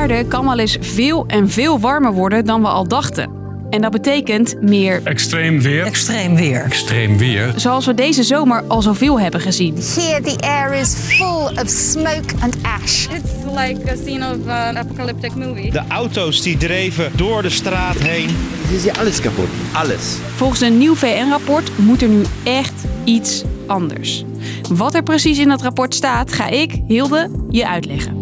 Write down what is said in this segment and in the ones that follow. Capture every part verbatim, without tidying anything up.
aarde kan wel eens veel en veel warmer worden dan we al dachten. En dat betekent meer extreem weer. Extreem weer. Extreem weer. Zoals we deze zomer al zoveel hebben gezien. Here the air is full of smoke and ash. It's like a scene of an apocalyptic movie. De auto's die dreven door de straat heen. Het is hier alles kapot. Alles. Volgens een nieuw V N-rapport moet er nu echt iets anders. Wat er precies in dat rapport staat, ga ik, Hilde, je uitleggen.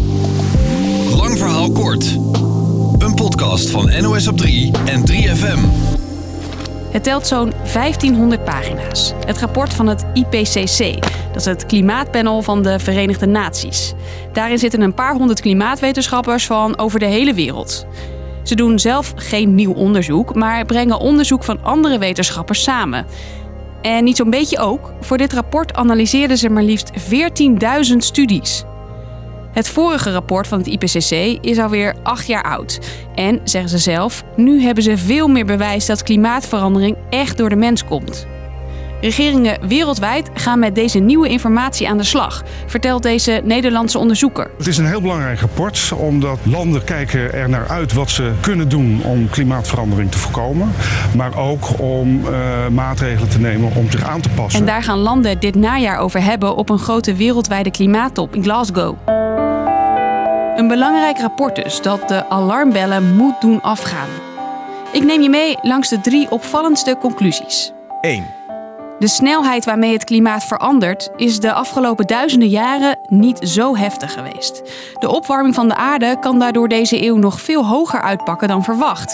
Lang verhaal kort. Een podcast van N O S op drie en drie F M. Het telt zo'n vijftienhonderd pagina's. Het rapport van het I P C C, dat is het klimaatpanel van de Verenigde Naties. Daarin zitten een paar honderd klimaatwetenschappers van over de hele wereld. Ze doen zelf geen nieuw onderzoek, maar brengen onderzoek van andere wetenschappers samen. En niet zo'n beetje ook. Voor dit rapport analyseerden ze maar liefst veertienduizend studies. Het vorige rapport van het I P C C is alweer acht jaar oud. En, zeggen ze zelf, nu hebben ze veel meer bewijs dat klimaatverandering echt door de mens komt. Regeringen wereldwijd gaan met deze nieuwe informatie aan de slag, vertelt deze Nederlandse onderzoeker. Het is een heel belangrijk rapport, omdat landen kijken er naar uit wat ze kunnen doen om klimaatverandering te voorkomen. Maar ook om uh, maatregelen te nemen om zich aan te passen. En daar gaan landen dit najaar over hebben op een grote wereldwijde klimaattop in Glasgow. Een belangrijk rapport dus dat de alarmbellen moet doen afgaan. Ik neem je mee langs de drie opvallendste conclusies. één. De snelheid waarmee het klimaat verandert is de afgelopen duizenden jaren niet zo heftig geweest. De opwarming van de aarde kan daardoor deze eeuw nog veel hoger uitpakken dan verwacht.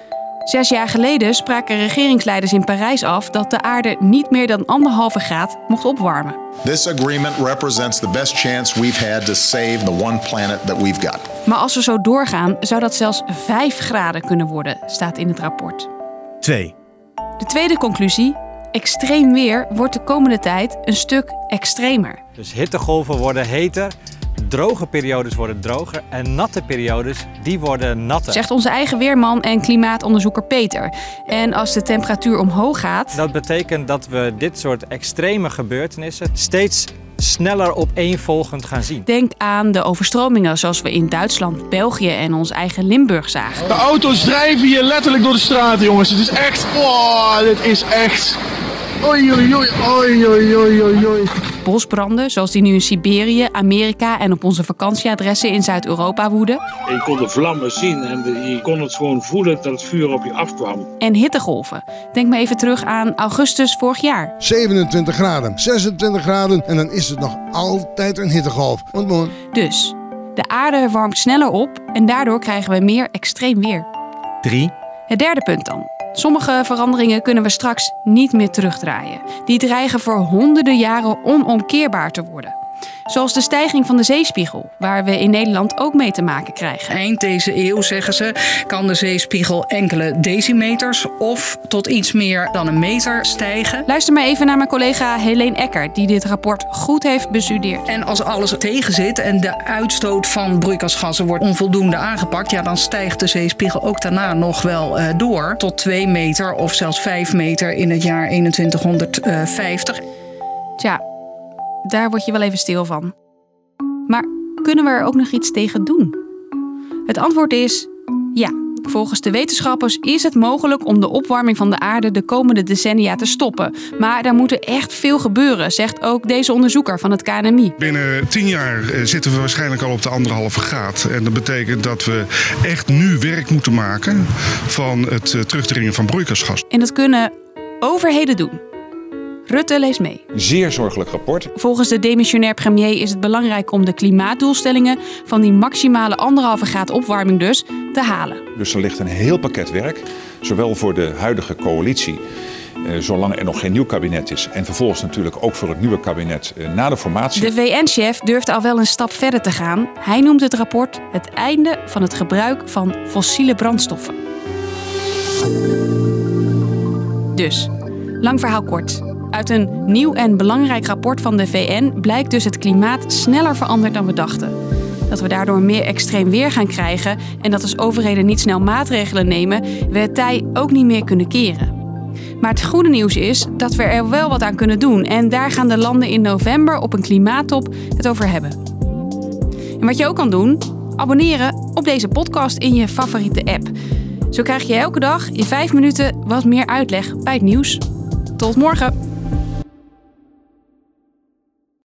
Zes jaar geleden spraken regeringsleiders in Parijs af dat de aarde niet meer dan anderhalve graad mocht opwarmen. This agreement represents the best chance we've had to save the one planet that we've got. Maar als we zo doorgaan, zou dat zelfs vijf graden kunnen worden, staat in het rapport. twee. De tweede conclusie: extreem weer wordt de komende tijd een stuk extremer. Dus hittegolven worden heter, droge periodes worden droger en natte periodes die worden natter. Zegt onze eigen weerman en klimaatonderzoeker Peter. En als de temperatuur omhoog gaat... Dat betekent dat we dit soort extreme gebeurtenissen steeds sneller opeenvolgend gaan zien. Denk aan de overstromingen zoals we in Duitsland, België en ons eigen Limburg zagen. De auto's drijven hier letterlijk door de straten, jongens. Het is echt... Oh, dit is echt... Oei, oei, oei, oei, oei, oei, oei. Bosbranden, zoals die nu in Siberië, Amerika en op onze vakantieadressen in Zuid-Europa woeden. Je kon de vlammen zien en de, je kon het gewoon voelen dat het vuur op je afkwam. En hittegolven. Denk maar even terug aan augustus vorig jaar. zevenentwintig graden, zesentwintig graden en dan is het nog altijd een hittegolf. Want mooi. Dus, de aarde warmt sneller op en daardoor krijgen we meer extreem weer. drie. Het derde punt dan. Sommige veranderingen kunnen we straks niet meer terugdraaien. Die dreigen voor honderden jaren onomkeerbaar te worden. Zoals de stijging van de zeespiegel, waar we in Nederland ook mee te maken krijgen. Eind deze eeuw, zeggen ze, kan de zeespiegel enkele decimeters of tot iets meer dan een meter stijgen. Luister maar even naar mijn collega Helene Ecker, die dit rapport goed heeft bestudeerd. En als alles tegenzit en de uitstoot van broeikasgassen wordt onvoldoende aangepakt, ja, dan stijgt de zeespiegel ook daarna nog wel uh, door tot twee meter of zelfs vijf meter in het jaar eenentwintighonderdvijftig. Tja, daar word je wel even stil van. Maar kunnen we er ook nog iets tegen doen? Het antwoord is ja. Volgens de wetenschappers is het mogelijk om de opwarming van de aarde de komende decennia te stoppen. Maar daar moet er echt veel gebeuren, zegt ook deze onderzoeker van het K N M I. Binnen tien jaar zitten we waarschijnlijk al op de anderhalve graad. En dat betekent dat we echt nu werk moeten maken van het terugdringen van broeikasgas. En dat kunnen overheden doen. Rutte leest mee. Zeer zorgelijk rapport. Volgens de demissionair premier is het belangrijk om de klimaatdoelstellingen van die maximale anderhalve graad opwarming dus te halen. Dus er ligt een heel pakket werk, zowel voor de huidige coalitie, eh, zolang er nog geen nieuw kabinet is, en vervolgens natuurlijk ook voor het nieuwe kabinet eh, na de formatie. De V N-chef durft al wel een stap verder te gaan. Hij noemt het rapport het einde van het gebruik van fossiele brandstoffen. Dus, lang verhaal kort. Uit een nieuw en belangrijk rapport van de V N blijkt dus het klimaat sneller verandert dan we dachten. Dat we daardoor meer extreem weer gaan krijgen en dat als overheden niet snel maatregelen nemen, we het tij ook niet meer kunnen keren. Maar het goede nieuws is dat we er wel wat aan kunnen doen en daar gaan de landen in november op een klimaattop het over hebben. En wat je ook kan doen, abonneren op deze podcast in je favoriete app. Zo krijg je elke dag in vijf minuten wat meer uitleg bij het nieuws. Tot morgen!